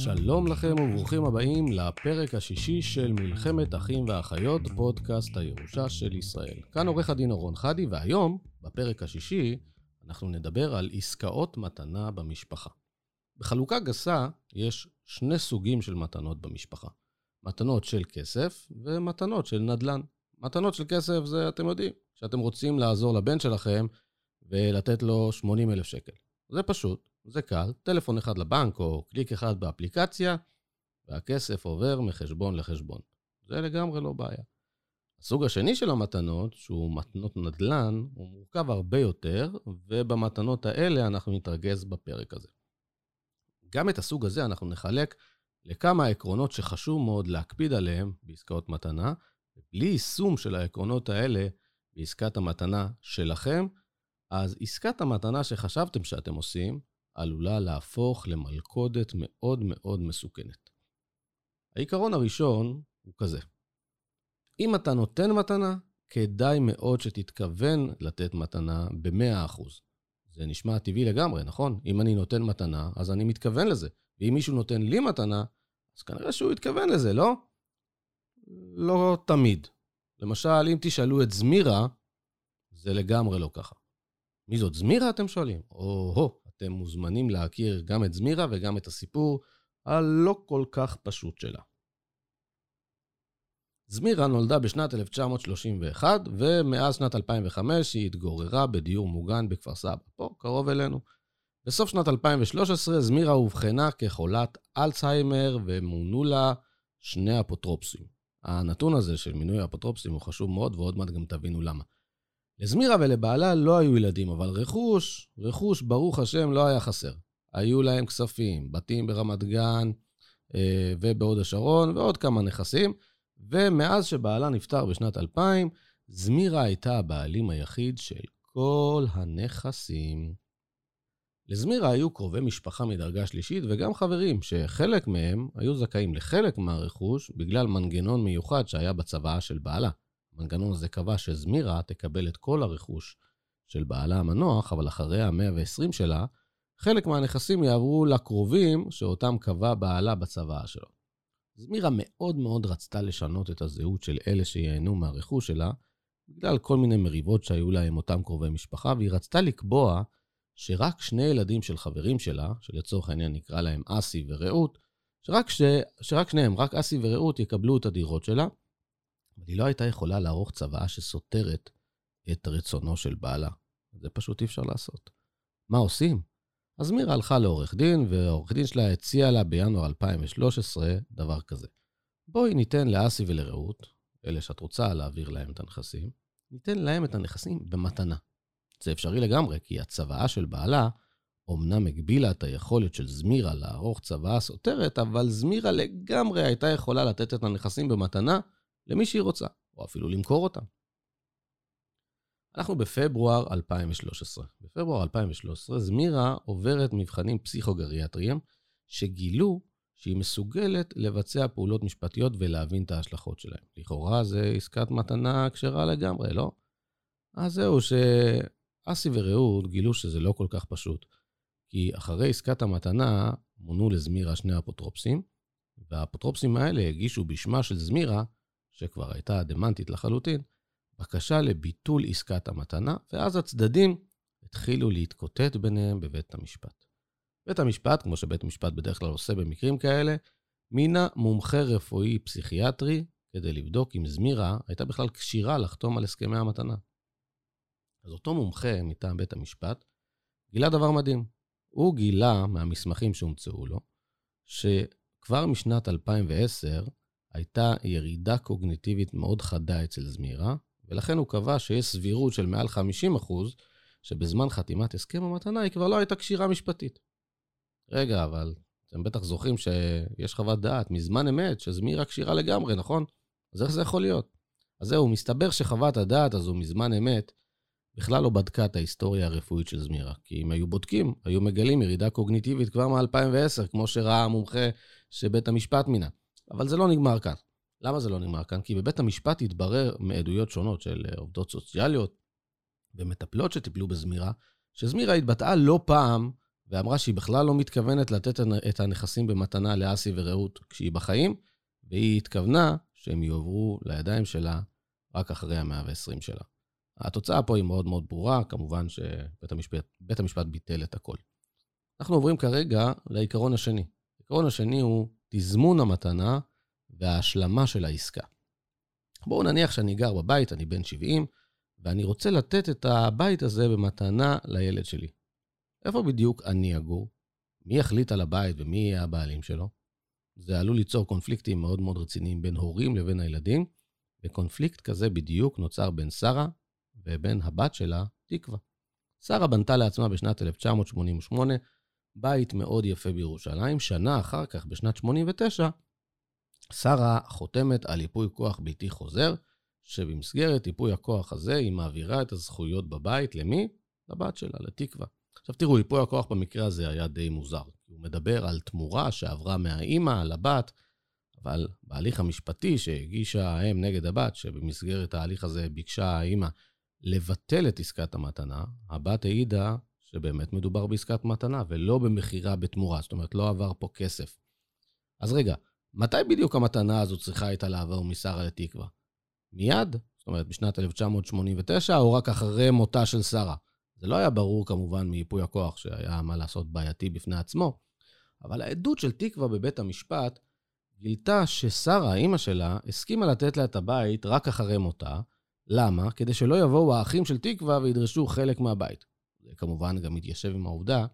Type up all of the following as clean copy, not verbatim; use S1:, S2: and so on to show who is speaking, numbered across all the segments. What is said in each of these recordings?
S1: שלום לכם וברוכים הבאים לפרק השישי של מלחמת אחים ואחיות, פודקאסט הירושה של ישראל. כאן עורך הדין אורון חדי, והיום, בפרק השישי, אנחנו נדבר על עסקאות מתנה במשפחה. בחלוקה גסה יש שני סוגים של מתנות במשפחה. מתנות של כסף ומתנות של נדל"ן. מתנות של כסף זה, אתם יודעים, שאתם רוצים לעזור לבן שלכם ולתת לו 80,000 שקל. זה פשוט, זה קל, טלפון אחד לבנק או קליק אחד באפליקציה, והכסף עובר מחשבון לחשבון. זה לגמרי לא בעיה. הסוג השני של המתנות, שהוא מתנות נדל"ן, הוא מורכב הרבה יותר, ובמתנות האלה אנחנו נתרגז בפרק הזה. גם את הסוג הזה אנחנו נחלק לכמה עקרונות שחשוב מאוד להקפיד עליהם בעסקאות מתנה, ובלי יישום של העקרונות האלה בעסקת המתנה שלכם, אז עסקת המתנה שחשבתם שאתם עושים, עלולה להפוך למלכודת מאוד מאוד מסוכנת. העיקרון הראשון הוא כזה. אם אתה נותן מתנה, כדאי מאוד שתתכוון לתת מתנה ב100%. זה נשמע טבעי לגמרי, נכון? אם אני נותן מתנה, אז אני מתכוון לזה. ואם מישהו נותן לי מתנה, אז כנראה שהוא יתכוון לזה, לא? לא תמיד. למשל, אם תשאלו את זמירה, זה לגמרי לא ככה. מי זאת זמירה, אתם שואלים? אתם מוזמנים להכיר גם את זמירה וגם את הסיפור הלא כל כך פשוט שלה. זמירה נולדה בשנת 1931, ומאז שנת 2005 היא התגוררה בדיור מוגן בכפר סבא, פה קרוב אלינו. בסוף שנת 2013 זמירה הובחנה כחולת אלצהיימר, ומונו לה 2 אפוטרופסים. הנתון הזה של מינוי האפוטרופסים הוא חשוב מאוד, ועוד מעט גם תבינו למה. לזמירה ולבעלה לא היו ילדים, אבל רכוש ברוך השם לא היה חסר. היו להם כספים, בתים ברמת גן ובהוד השרון ועוד כמה נכסים, ומאז שבעלה נפטר בשנת 2000, זמירה הייתה הבעלים היחיד של כל הנכסים. לזמירה היו קרובי משפחה מדרגה שלישית וגם חברים שחלק מהם היו זכאים לחלק מהרכוש בגלל מנגנון מיוחד שהיה בצוואה של בעלה. המנגנון הזה קבע שזמירה תקבל את כל הרכוש של בעלה המנוח, אבל אחרי ה-120 שלה, חלק מהנכסים יעברו לקרובים שאותם קבע בעלה בצוואה שלו. זמירה מאוד מאוד רצתה לשנות את הזהות של אלה שיהנו מהרכוש שלה, בגלל כל מיני מריבות שהיו להם אותם קרובי משפחה, והיא רצתה לקבוע שרק 2 ילדים של חברים שלה, שלצורך העניין נקרא להם אסי ורעות, שרק שניהם, רק אסי ורעות, יקבלו את הדירות שלה, אבל היא לא הייתה יכולה לערוך צוואה שסותרת את רצונו של בעלה. זה פשוט אי אפשר לעשות. מה עושים? אז זמירה הלכה לעורך דין, והעורך דין שלה הציע לה בינואר 2013 דבר כזה. בואי ניתן לאסי ולרעות, אלה שאת רוצה להעביר להם את הנכסים, ניתן להם את הנכסים במתנה. זה אפשרי לגמרי, כי הצוואה של בעלה אומנם הגבילה את היכולת של זמירה לערוך צוואה סותרת, אבל זמירה לגמרי הייתה יכולה לתת את הנכסים במתנה למי שהיא רוצה, או אפילו למכור אותם. אנחנו בפברואר 2013. בפברואר 2013 זמירה עוברת מבחנים פסיכוגריאטריים שגילו שהיא מסוגלת לבצע פעולות משפטיות ולהבין את ההשלכות שלהם. לכאורה זה עסקת מתנה כשרה לגמרי, לא? אז זהו שאסי ורעות גילו שזה לא כל כך פשוט. כי אחרי עסקת המתנה מונו לזמירה 2 אפוטרופסים, והאפוטרופסים האלה הגישו בשמה של זמירה, שכבר הייתה דמנטית לחלוטין, בקשה לביטול עסקת המתנה, ואז הצדדים התחילו להתקוטט ביניהם בבית המשפט. בית המשפט, כמו שבית המשפט בדרך כלל עושה במקרים כאלה, מינה מומחה רפואי פסיכיאטרי, כדי לבדוק אם זמירה הייתה בכלל כשירה לחתום על הסכמי המתנה. אז אותו מומחה מטעם בית המשפט גילה דבר מדהים. הוא גילה מהמסמכים שהומצאו לו, שכבר משנת 2010, הייתה ירידה קוגניטיבית מאוד חדה אצל זמירה, ולכן הוא קבע שיש סבירות של מעל 50% שבזמן חתימת הסכם המתנה היא כבר לא הייתה כשירה משפטית. רגע, אבל אתם בטח זוכרים שיש חוות דעת מזמן אמת שזמירה כשירה לגמרי, נכון? אז איך זה יכול להיות? אז זהו, מסתבר שחוות הדעת הזו מזמן אמת בכלל לא בדקה את ההיסטוריה הרפואית של זמירה, כי אם היו בודקים, היו מגלים ירידה קוגניטיבית כבר מ-2010, כמו שראה המומחה שבית המשפט מינה. אבל זה לא נגמר כאן. למה זה לא נגמר כאן? כי בבית המשפט התברר מעדויות שונות של עובדות סוציאליות ומטפלות שטיפלו בזמירה, שזמירה התבטאה לא פעם ואמרה שהיא בכלל לא מתכוונת לתת את הנכסים במתנה לאסי ורעות כשהיא בחיים, והיא התכוונה שהם יועברו לידיים שלה רק אחרי ה-120 שלה. התוצאה פה היא מאוד מאוד ברורה, כמובן שבית המשפט ביטל את הכל. אנחנו עוברים כרגע לעיקרון השני. העיקרון השני הוא תזמון המתנה וההשלמה של העסקה. בואו נניח שאני גר בבית, אני בן 70, ואני רוצה לתת את הבית הזה במתנה לילד שלי. איפה בדיוק אני אגור? מי יחליט על הבית ומי יהיה הבעלים שלו? זה עלול ליצור קונפליקטים מאוד מאוד רציניים בין הורים לבין הילדים, וקונפליקט כזה בדיוק נוצר בין שרה ובין הבת שלה, תקווה. שרה בנתה לעצמה בשנת 1988 בית מאוד יפה בירושלים. שנה אחר כך, בשנת 89, שרה חותמת על ייפוי כוח בלתי חוזר, שבמסגרת ייפוי הכוח הזה היא מעבירה את הזכויות בבית למי? לבת שלה, לתקווה. עכשיו תראו, ייפוי הכוח במקרה הזה היה די מוזר. הוא מדבר על תמורה שעברה מהאימא לבת, אבל בהליך המשפטי שהגישה האם נגד הבת, שבמסגרת ההליך הזה ביקשה האימא לבטל את עסקת המתנה, הבת העידה שבאמת מדובר בעסקת מתנה ולא במחירה בתמורה, זאת אומרת לא עבר פה כסף. אז רגע, מתי בדיוק המתנה הזו צריכה הייתה לעבור משרה לתקווה? מיד? זאת אומרת בשנת 1989 או רק אחרי מותה של שרה? זה לא היה ברור כמובן מייפוי הכוח שהיה מה לעשות בעייתי בפני עצמו, אבל העדות של תקווה בבית המשפט גילתה ששרה, האמא שלה, הסכימה לתת לה את הבית רק אחרי מותה. למה? כדי שלא יבואו האחים של תקווה וידרשו חלק מהבית. זה כמובן גם מתיישב עם העובדה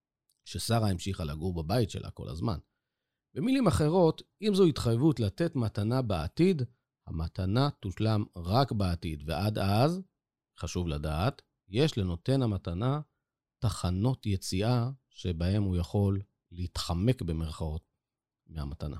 S1: ששרה המשיכה לגור בבית שלה כל הזמן. במילים אחרות, אם זו התחייבות לתת מתנה בעתיד, המתנה תושלם רק בעתיד, ועד אז, חשוב לדעת, יש לנותן המתנה תחנות יציאה שבהם הוא יכול להתחמק במרכאות מהמתנה.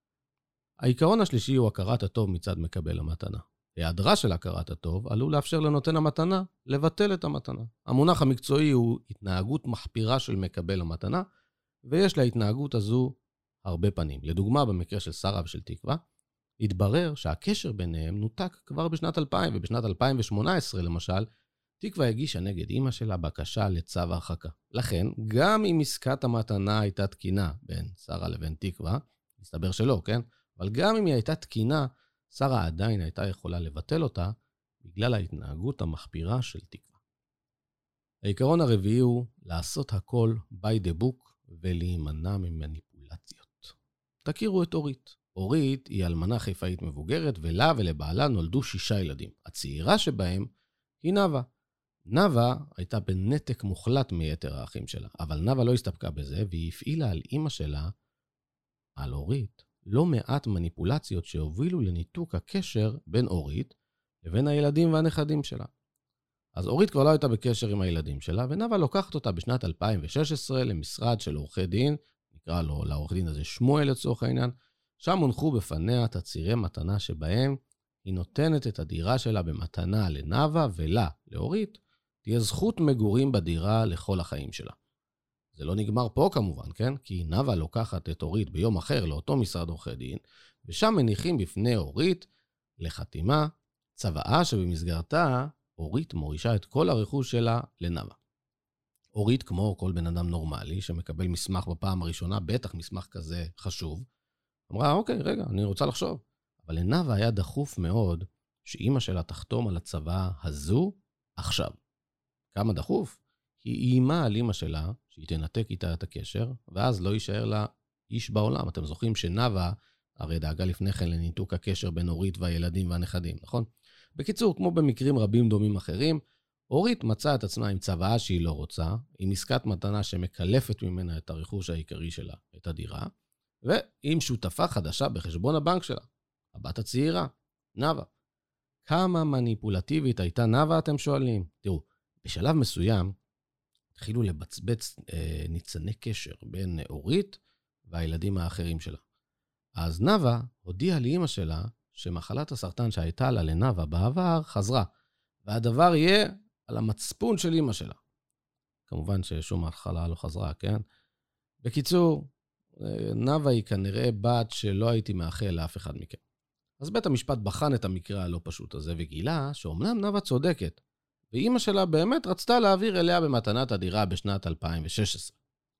S1: העיקרון השלישי הוא הכרת הטוב מצד מקבל המתנה. היעדרה של הכרת הטוב עלול לאפשר לנותן המתנה לבטל את המתנה. המונח המקצועי הוא התנהגות מחפירה של מקבל המתנה, ויש להתנהגות הזו הרבה פנים. לדוגמה, במקרה של שרה ושל תקווה, התברר שהקשר ביניהם נותק כבר בשנת 2000, ובשנת 2018 למשל, תקווה הגישה נגד אמא שלה בקשה לצו הרחקה. לכן, גם אם עסקת המתנה הייתה תקינה בין שרה לבין תקווה, מסתבר שלא, כן? אבל גם אם היא הייתה תקינה, שרה עדיין הייתה יכולה לבטל אותה בגלל ההתנהגות המחפירה של תקווה. העיקרון הרביעי הוא לעשות הכל by the book ולהימנע ממניפולציות. תכירו את אורית. אורית היא אלמנה חיפאית מבוגרת, ולה ולבעלה נולדו 6 ילדים. הצעירה שבהם היא נאווה. נאווה הייתה בנתק מוחלט מיתר האחים שלה, אבל נאווה לא הסתפקה בזה, והיא הפעילה על אמא שלה, על אורית, לא מעט מניפולציות שהובילו לניתוק הקשר בין אורית לבין הילדים והנכדים שלה. אז אורית כבר לא הייתה בקשר עם הילדים שלה, ונאווה לוקחת אותה בשנת 2016 למשרד של עורכי דין, נקרא לו לעורך דין הזה שמואל לצורך העניין, שם הונחו בפניה תצהירי מתנה שבהם היא נותנת את הדירה שלה במתנה לנאווה ולה, לאורית, תהיה זכות מגורים בדירה לכל החיים שלה. זה לא נגמר פה כמובן, כן? כי נאווה לוקחת את אורית ביום אחר לאותו משרד עורכי דין, ושם מניחים בפני אורית לחתימה צוואה שבמסגרתה אורית מורישה את כל הרכוש שלה לנאווה. אורית, כמו כל בן אדם נורמלי שמקבל מסמך בפעם הראשונה, בטח מסמך כזה חשוב, אמרה, אוקיי, רגע, אני רוצה לחשוב. אבל לנאווה היה דחוף מאוד שאימא שלה תחתום על הצוואה הזו עכשיו. כמה דחוף? היא איימה על אמא שלה שהיא תנתק איתה את הקשר, ואז לא יישאר לה איש בעולם. אתם זוכרים שנאווה הרי דאגה לפני כן לניתוק הקשר בין אורית והילדים והנכדים, נכון? בקיצור, כמו במקרים רבים דומים אחרים, אורית מצאה את עצמה עם צוואה שהיא לא רוצה, עם עסקת מתנה שמקלפת ממנה את הרכוש העיקרי שלה, את הדירה, ועם שותפה חדשה בחשבון הבנק שלה, הבת הצעירה, נאווה. כמה מניפולטיבית הייתה נאווה, אתם שואלים? תראו, בשלב מסוים, התחילו לבצבץ ניצני קשר בין אורית והילדים האחרים שלה. אז נאווה הודיעה לאמא שלה שמחלת הסרטן שהייתה לה לנאווה בעבר חזרה, והדבר יהיה על המצפון של אמא שלה. כמובן ששום מחלה לא חזרה, כן? בקיצור, נאווה היא כנראה בת שלא הייתי מאחל לאף אחד מכם. אז בית המשפט בחן את המקרה הלא פשוט הזה וגילה שאומנם נאווה צודקת, ואמא שלה באמת רצתה להעביר אליה במתנת הדירה בשנת 2016.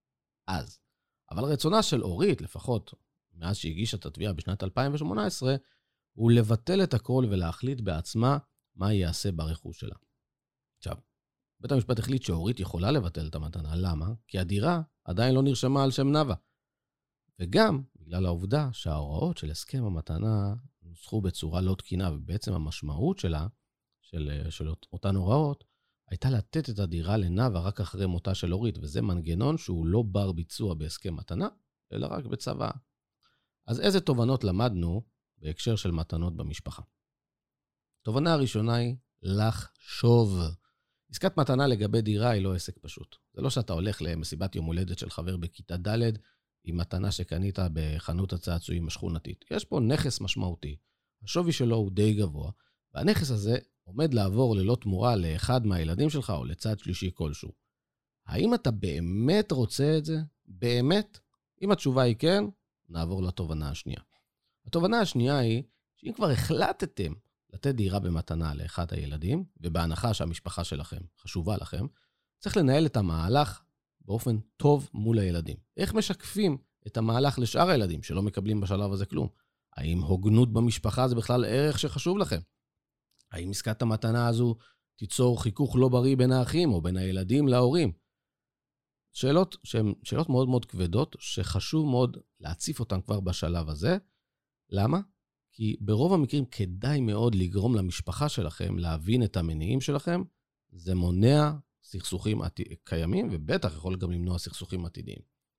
S1: אז. אבל רצונה של אורית, לפחות מאז שהגישה את התביעה בשנת 2018, הוא לבטל את הכל ולהחליט בעצמה מה יעשה ברכוש שלה. עכשיו, בית המשפט החליט שאורית יכולה לבטל את המתנה. למה? כי הדירה עדיין לא נרשמה על שם נאוה. וגם בגלל העובדה שההוראות של הסכם המתנה נוסחו בצורה לא תקינה, ובעצם המשמעות שלה, של אותן הוראות, הייתה לתת את הדירה לנאוה רק אחרי מותה של אורית, וזה מנגנון שהוא לא בר ביצוע בהסכם מתנה, אלא רק בצוואה. אז איזה תובנות למדנו בהקשר של מתנות במשפחה? תובנה הראשונה היא לחשוב. עסקת מתנה לגבי דירה היא לא עסק פשוט. זה לא שאתה הולך למסיבת יום הולדת של חבר בכיתה ד' עם מתנה שקנית בחנות הצעצועים השכונתית. יש פה נכס משמעותי. השווי שלו הוא די גבוה, והנכס הזה עומד לעבור ללא תמורה לאחד מהילדים שלך או לצד שלישי כלשהו. האם אתה באמת רוצה את זה? באמת? אם התשובה היא כן, נעבור לתובנה השנייה. התובנה השנייה היא שאם כבר החלטתם לתת דירה במתנה לאחד הילדים, ובהנחה שהמשפחה שלכם חשובה לכם, צריך לנהל את המהלך באופן טוב מול הילדים. איך משקפים את המהלך לשאר הילדים שלא מקבלים בשלב הזה כלום? האם הוגנות במשפחה זה בכלל ערך שחשוב לכם? האם עסקת המתנה הזו תיצור חיכוך לא בריא בין האחים או בין הילדים להורים? שאלות שהן שאלות מאוד מאוד כבדות, שחשוב מאוד להציף אותן כבר בשלב הזה. למה? כי ברוב המקרים כדאי מאוד לגרום למשפחה שלכם להבין את המניעים שלכם. זה מונע סכסוכים קיימים, ובטח יכול גם למנוע סכסוכים עתידיים.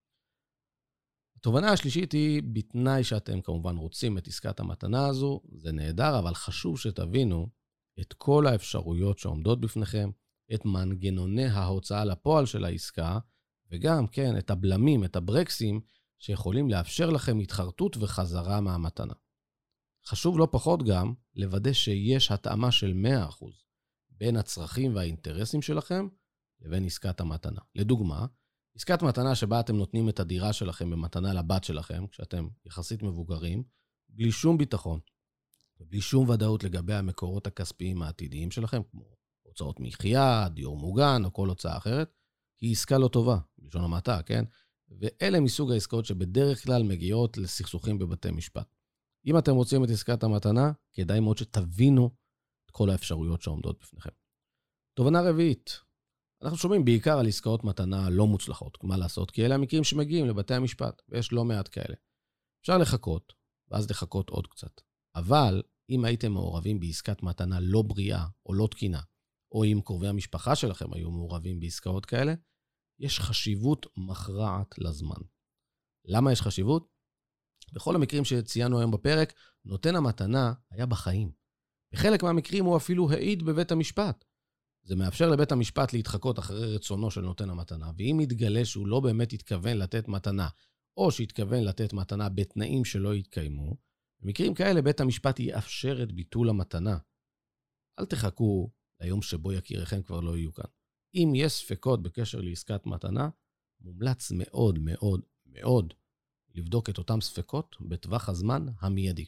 S1: התובנה השלישית היא, בתנאי שאתם כמובן רוצים את עסקת המתנה הזו, זה נהדר, אבל חשוב שתבינו את כל האפשרויות שעומדות בפניכם, את מנגנוני ההוצאה לפועל של העסקה, וגם, כן, את הבלמים, את הברקסים, שיכולים לאפשר לכם התחרטות וחזרה מהמתנה. חשוב לא פחות גם לוודא שיש התאמה של 100% בין הצרכים והאינטרסים שלכם לבין עסקת המתנה. לדוגמה, עסקת מתנה שבה אתם נותנים את הדירה שלכם במתנה לבת שלכם, כשאתם יחסית מבוגרים, בלי שום ביטחון, ובלי שום ודאות לגבי המקורות הכספיים העתידיים שלכם, כמו הוצאות מחיה, דיור מוגן או כל הוצאה אחרת, היא עסקה לא טובה, בלשון המעטה, כן? ואלה מסוג העסקאות שבדרך כלל מגיעות לסכסוכים בבתי משפט. אם אתם רוצים את עסקת המתנה, כדאי מאוד שתבינו את כל האפשרויות שעומדות בפניכם. תובנה רביעית, אנחנו שומעים בעיקר על עסקאות מתנה לא מוצלחות. מה לעשות? כי אלה המקרים שמגיעים לבתי המשפט, ויש לא מעט כאלה. אפשר לחכות, ואז לחכות עוד קצת. אבל אם הייתם מעורבים בעסקת מתנה לא בריאה או לא תקינה, או אם קרובי המשפחה שלכם היו מעורבים בעסקאות כאלה, יש חשיבות מכרעת לזמן. למה יש חשיבות? בכל המקרים שציינו היום בפרק, נותן המתנה היה בחיים. בחלק מהמקרים הוא אפילו העיד בבית המשפט. זה מאפשר לבית המשפט להתחקות אחרי רצונו של נותן המתנה, ואם יתגלה שהוא לא באמת התכוון לתת מתנה, או שהתכוון לתת מתנה בתנאים שלא יתקיימו, במקרים כאלה בית המשפט יאפשר את ביטול המתנה. אל תחכו ליום שבו יקיריכם כבר לא יהיו כאן. אם יש ספקות בקשר לעסקת מתנה, מומלץ מאוד מאוד מאוד לבדוק את אותם ספקות בטווח הזמן המיידי.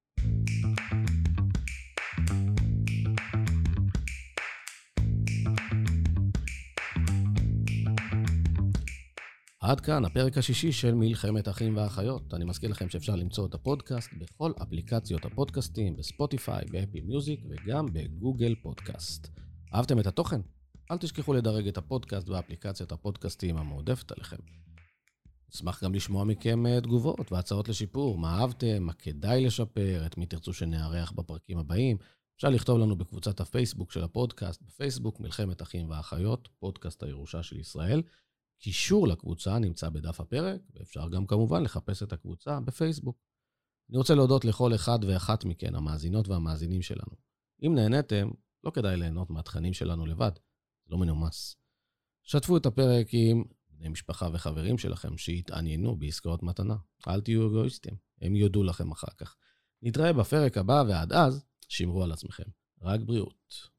S1: עד כאן הפרק השישי של מלחמת אחים ואחיות. אני מזכיר לכם שאפשר למצוא את הפודקאסט בכל אפליקציות הפודקאסטים, בספוטיפיי, באפל מיוזיק וגם בגוגל פודקאסט. אהבתם את התוכן? אל תשכחו לדרג את הפודקאסט באפליקציית הפודקאסטים המועדפת עליכם. אשמח גם לשמוע מכם תגובות והצעות לשיפור. מה אהבתם? מה כדאי לשפר? את מי תרצו שנארח בפרקים הבאים? אפשר לכתוב לנו בקבוצת הפייסבוק של הפודקאסט, בפייסבוק מלחמת אחים ואחיות, פודקאסט הירושה של ישראל. קישור לקבוצה נמצא בדף הפרק, ואפשר גם כמובן לחפש את הקבוצה בפייסבוק. אני רוצה להודות לכל אחד ואחת מכן, המאזינות והמאזינים שלנו. אם נהניתם, לא כדאי ליהנות מהתכנים שלנו לבד, זה לא מנומס. שתפו את הפרק עם בני משפחה וחברים שלכם שיתעניינו בעסקאות מתנה. אל תהיו אגואיסטים, הם יודו לכם אחר כך. נתראה בפרק הבא, ועד אז, שמרו על עצמכם. רק בריאות.